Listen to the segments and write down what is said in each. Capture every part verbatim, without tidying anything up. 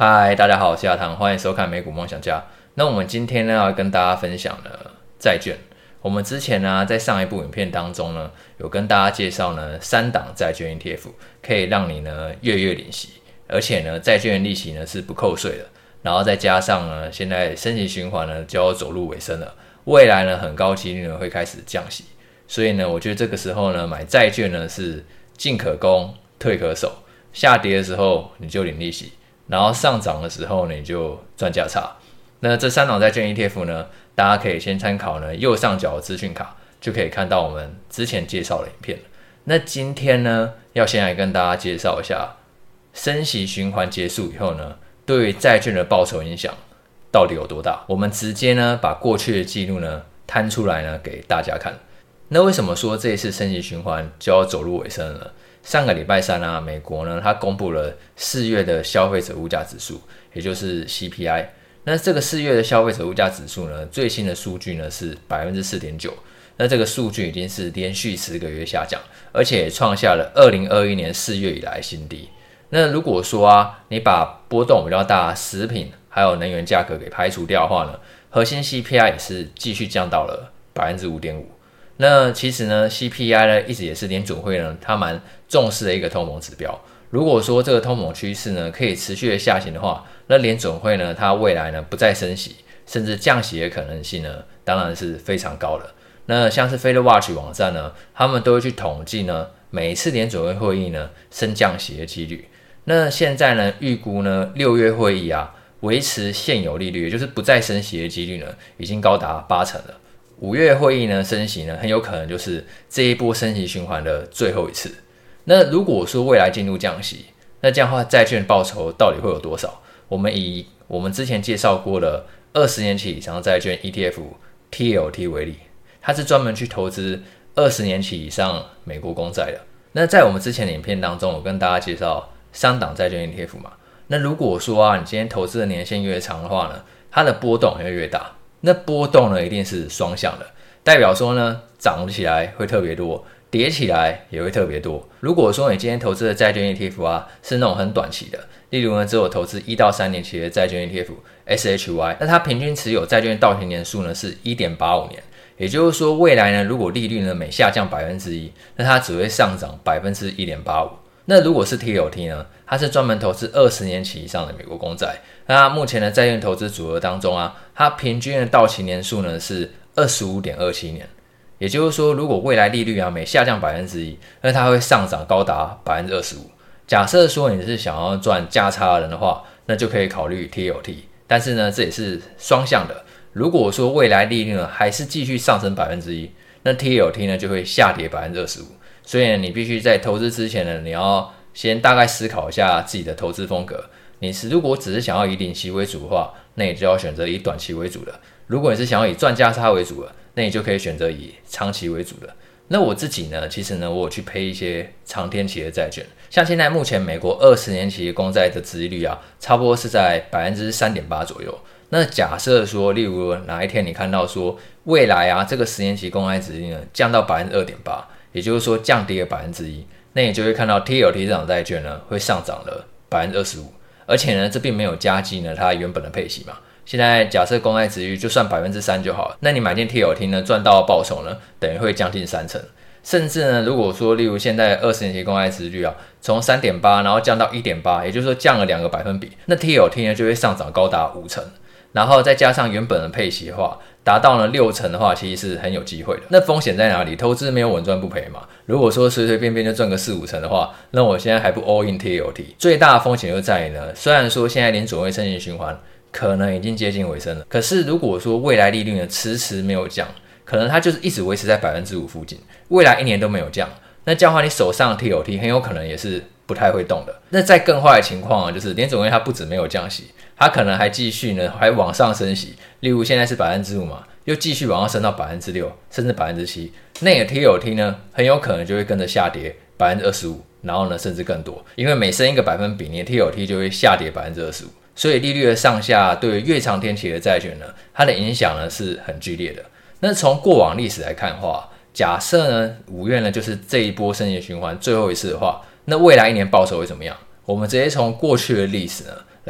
嗨，大家好，我是亚堂，欢迎收看美股梦想家。那我们今天呢要跟大家分享呢债券。我们之前呢在上一部影片当中呢有跟大家介绍呢三档债券 E T F 可以让你呢月月领息，而且呢债券利息呢是不扣税的。然后再加上呢现在升息循环呢就要走入尾声了，未来呢很高几率呢会开始降息，所以呢我觉得这个时候呢买债券呢是进可攻退可守，下跌的时候你就领利息，然后上涨的时候呢你就赚价差。那这三档债券 E T F 呢，大家可以先参考呢右上角的资讯卡，就可以看到我们之前介绍的影片了。那今天呢，要先来跟大家介绍一下升息循环结束以后呢，对于债券的报酬影响到底有多大。我们直接呢把过去的记录呢摊出来呢给大家看。那为什么说这一次升息循环就要走入尾声了呢？上个礼拜三啊，美国呢它公布了四月的消费者物价指数，也就是 C P I。那这个四月的消费者物价指数呢，最新的数据呢是 百分之四点九， 那这个数据已经是连续十个月下降，而且也创下了二零二一年四月以来新低。那如果说啊，你把波动比较大食品还有能源价格给排除掉的话呢，核心 C P I 也是继续降到了 百分之五点五。那其实呢 C P I 呢一直也是联准会呢它蛮重视的一个通膨指标。如果说这个通膨趋势呢可以持续的下行的话，那联准会呢它未来呢不再升息，甚至降息的可能性呢当然是非常高的。那像是 FedWatch 网站呢，他们都会去统计呢每一次联准会会议呢升降息的几率。那现在呢预估呢六月会议啊维持现有利率，也就是不再升息的几率呢已经高达八成了。五月会议呢升息呢很有可能就是这一波升息循环的最后一次。那如果说未来进入降息，那这样的话债券报酬到底会有多少？我们以我们之前介绍过的二十年期以上债券 E T F T L T 为例，它是专门去投资二十年期以上美国公债的。那在我们之前的影片当中，我跟大家介绍三档债券 E T F 嘛。那如果说啊，你今天投资的年限越长的话呢，它的波动也会越大。那波动呢一定是双向的，代表说呢涨起来会特别多，跌起来也会特别多。如果说你今天投资的债券 E T F 啊是那种很短期的，例如呢只有投资一到三年期的债券 E T F S H Y， 那它平均持有债券到期年数呢是 一点八五年，也就是说未来呢如果利率呢每下降 百分之一， 那它只会上涨 百分之一点八五。那如果是 T L T 呢，它是专门投资二十年期以上的美国公债，那目前的债券投资组合当中啊，它平均的到期年数呢是 二十五点二七年。也就是说，如果未来利率啊每下降 百分之一， 那它会上涨高达 百分之二十五。假设说你是想要赚价差的人的话，那就可以考虑 T L T， 但是呢这也是双向的。如果说未来利率呢还是继续上升 百分之一， 那 T L T 呢就会下跌 百分之二十五。所以呢你必须在投资之前呢，你要先大概思考一下自己的投资风格。你是如果只是想要以领息为主的话，那你就要选择以短期为主的；如果你是想要以赚价差为主的，那你就可以选择以长期为主的。那我自己呢，其实呢，我有去配一些长天期的债券，像现在目前美国二十年期公债的殖利率啊，差不多是在 百分之三点八 左右。那假设说，例如哪一天你看到说未来啊，这个十年期公债殖利率呢降到 百分之二点八， 也就是说降低了 百分之一， 那你就会看到 T L T 这档债券呢会上涨了 百分之二十五， 而且呢这并没有加计呢它原本的配息嘛。现在假设公债殖利率就算 百分之三 就好了，那你买进 T L T 呢赚到的报酬呢等于会将近三成。甚至呢如果说例如现在二十年期公债殖利率啊从 三点八 然后降到 一点八， 也就是说降了两个百分比，那 T L T 呢就会上涨高达五成，然后再加上原本的配息的话达到了六成的话，其实是很有机会的。那风险在哪里？投资没有稳赚不赔嘛。如果说随随便便就赚个四五成的话，那我现在还不 all in T L T。最大的风险就在于呢，虽然说现在联准会升息循环可能已经接近尾声了，可是如果说未来利率呢迟迟没有降，可能它就是一直维持在 百分之五 附近，未来一年都没有降，那这样的话你手上的 T L T 很有可能也是不太会动的。那在更坏的情况啊，就是联准会它不止没有降息，它可能还继续呢还往上升息，例如现在是 百分之五 嘛，又继续往上升到 百分之六 甚至 百分之七， 那个 T L T 呢很有可能就会跟着下跌 百分之二十五， 然后呢甚至更多，因为每升一个百分比，你的 T L T 就会下跌 百分之二十五。所以利率的上下对于越长天期的债券呢，它的影响呢是很剧烈的。那从过往历史来看的话，假设呢五月呢就是这一波升息循环最后一次的话，那未来一年报酬会怎么样？我们直接从过去的历史呢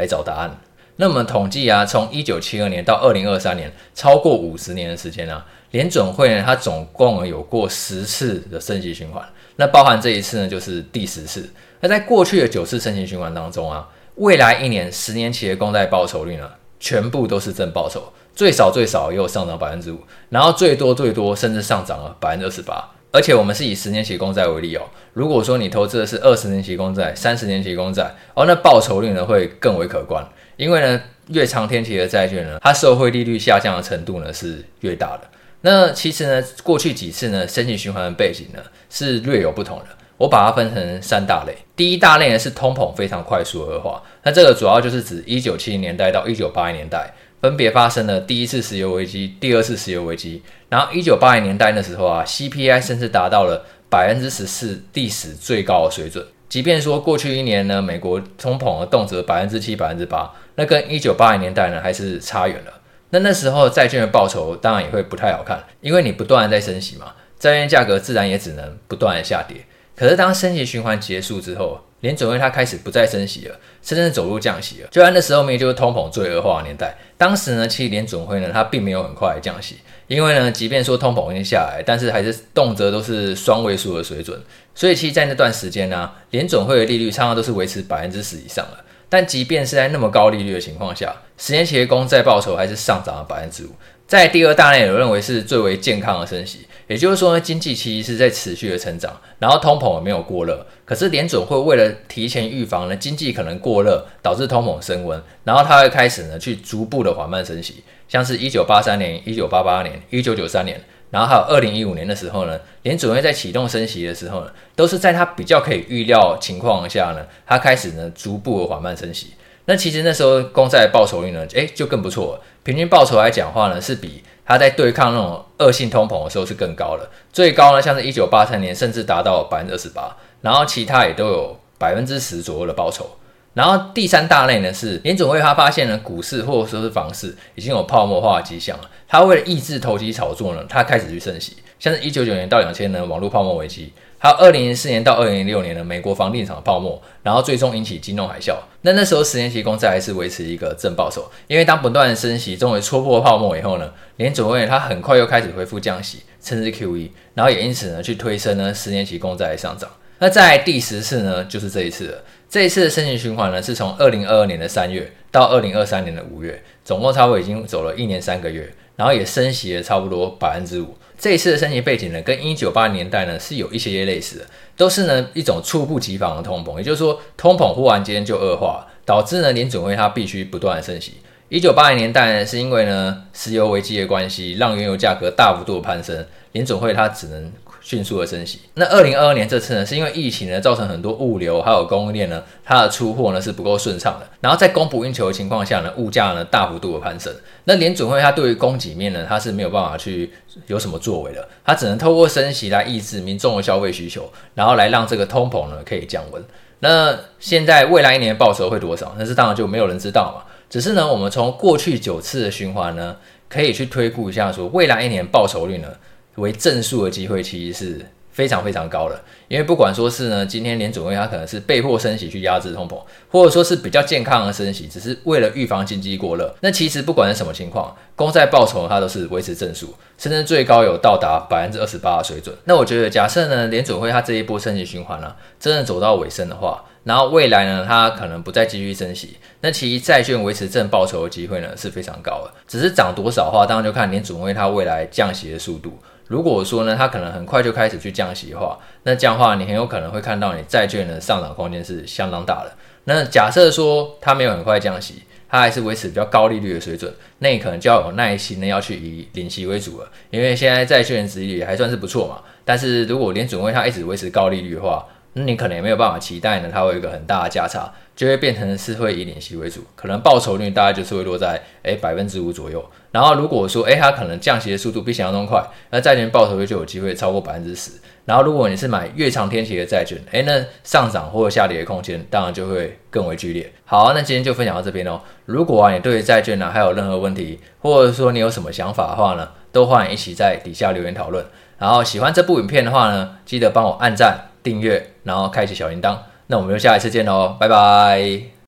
来找答案。那我们统计啊，从一九七二年到二零二三年，超过五十年的时间啊，联准会呢，它总共有过十次的升息循环，那包含这一次呢，就是第十次。那在过去的九次升息循环当中啊，未来一年十年期的公债报酬率呢，全部都是正报酬，最少最少也有上涨 百分之五， 然后最多最多甚至上涨了 百分之二十八。而且我们是以十年期公债为例哦，如果说你投资的是二十年期公债、三十年期公债，哦，那报酬率呢会更为可观，因为呢越长天期的债券呢，它受惠利率下降的程度呢是越大的。那其实呢，过去几次呢升息循环的背景呢是略有不同的。我把它分成三大类，第一大类呢是通膨非常快速恶化，那这个主要就是指一九七零年代到一九八零年代分别发生了第一次石油危机、第二次石油危机，然后一九八零年代那时候啊 C P I 甚至达到了 百分之十四 历史最高的水准。即便说过去一年呢，美国通膨动辄 百分之七、百分之八， 那跟一九八零年代呢还是差远了。那那时候债券的报酬当然也会不太好看，因为你不断的在升息嘛，债券价格自然也只能不断的下跌。可是当升息循环结束之后，联准会它开始不再升息了，甚至走入降息了。就在那时候，明明就是通膨最恶化的年代。当时呢，其实联准会呢，它并没有很快的降息，因为呢，即便说通膨已经下来，但是还是动辄都是双位数的水准。所以，其实在那段时间呢、啊，联准会的利率常常都是维持 百分之十 以上了。但即便是在那么高利率的情况下，十年期的公债报酬还是上涨了 百分之五。在第二大类，我认为是最为健康的升息，也就是说呢，经济其实是在持续的成长，然后通膨也没有过热。可是联准会为了提前预防呢，经济可能过热导致通膨升温，然后它会开始呢去逐步的缓慢升息，像是一九八三年、一九八八年、一九九三年，然后还有二零一五年的时候呢，联准会在启动升息的时候呢，都是在它比较可以预料情况下呢，它开始呢逐步的缓慢升息。那其实那时候公债报酬率呢，诶就更不错了。平均报酬来讲的话呢，是比它在对抗那种恶性通膨的时候是更高的。最高呢，像是一九八三年甚至达到 百分之二十八， 然后其他也都有 百分之十 左右的报酬。然后第三大类呢是联准会它发现呢股市或者说是房市已经有泡沫化的迹象了，它为了抑制投机炒作呢，它开始去升息，像是一九九九年到两千年网络泡沫危机，还有二零零四年到二零零六年的美国房地产泡沫，然后最终引起金融海啸。那那时候十年期公债还是维持一个正报酬，因为当不断的升息终于戳破泡沫以后呢，联准会它很快又开始恢复降息，甚至 Q E， 然后也因此呢去推升呢十年期公债的上涨。那在第十次呢，就是这一次了。这一次的升息循环呢，是从二零二二年的三月到二零二三年的五月，总共差不多已经走了一年三个月，然后也升息了差不多 百分之五。这一次的升息背景呢，跟一九八零年代呢是有一些些类似的，都是呢一种猝不及防的通膨，也就是说通膨忽然间就恶化，导致呢联准会它必须不断的升息。一九八零年代呢，是因为呢石油危机的关系，让原油价格大幅度的攀升，联准会它只能迅速的升息。那二零二二年这次呢，是因为疫情呢造成很多物流还有供应链呢，它的出货呢是不够顺畅的，然后在供不应求的情况下呢，物价呢大幅度的攀升。那联准会它对于供给面呢，它是没有办法去有什么作为的，它只能透过升息来抑制民众的消费需求，然后来让这个通膨呢可以降温。那现在未来一年的报酬会多少？那是当然就没有人知道嘛。只是呢，我们从过去九次的循环呢，可以去推估一下说，未来一年报酬率呢为正数的机会其实是非常非常高的。因为不管说是呢，今天联准会它可能是被迫升息去压制通膨，或者说是比较健康的升息，只是为了预防经济过热。那其实不管是什么情况，公债报酬它都是维持正数，甚至最高有到达 百分之二十八 的水准。那我觉得假设呢，联准会它这一波升息循环啊，真的走到尾声的话，然后未来呢，它可能不再继续升息，那其实债券维持正报酬的机会呢是非常高的。只是涨多少的话，当然就看联准会它未来降息的速度。如果说呢，它可能很快就开始去降息的话，那这样的话，你很有可能会看到你债券的上涨空间是相当大的。那假设说它没有很快降息，它还是维持比较高利率的水准，那你可能就要有耐心呢，要去以领息为主了。因为现在债券殖利率还算是不错嘛，但是如果联准会它一直维持高利率的话，那你可能也没有办法期待呢，它会有一个很大的价差，就会变成是会以领息为主，可能报酬率大概就是会落在诶 百分之五 左右。然后如果说诶它可能降息的速度比想象中快，那债券报酬率就有机会超过 百分之十。然后如果你是买越长天期的债券，诶那上涨或者下跌的空间当然就会更为剧烈。好，那今天就分享到这边咯。如果啊你对债券啊还有任何问题，或者说你有什么想法的话呢，都欢迎一起在底下留言讨论。然后喜欢这部影片的话呢，记得帮我按赞订阅，然后开启小铃铛。那我们就下一次见咯，拜拜。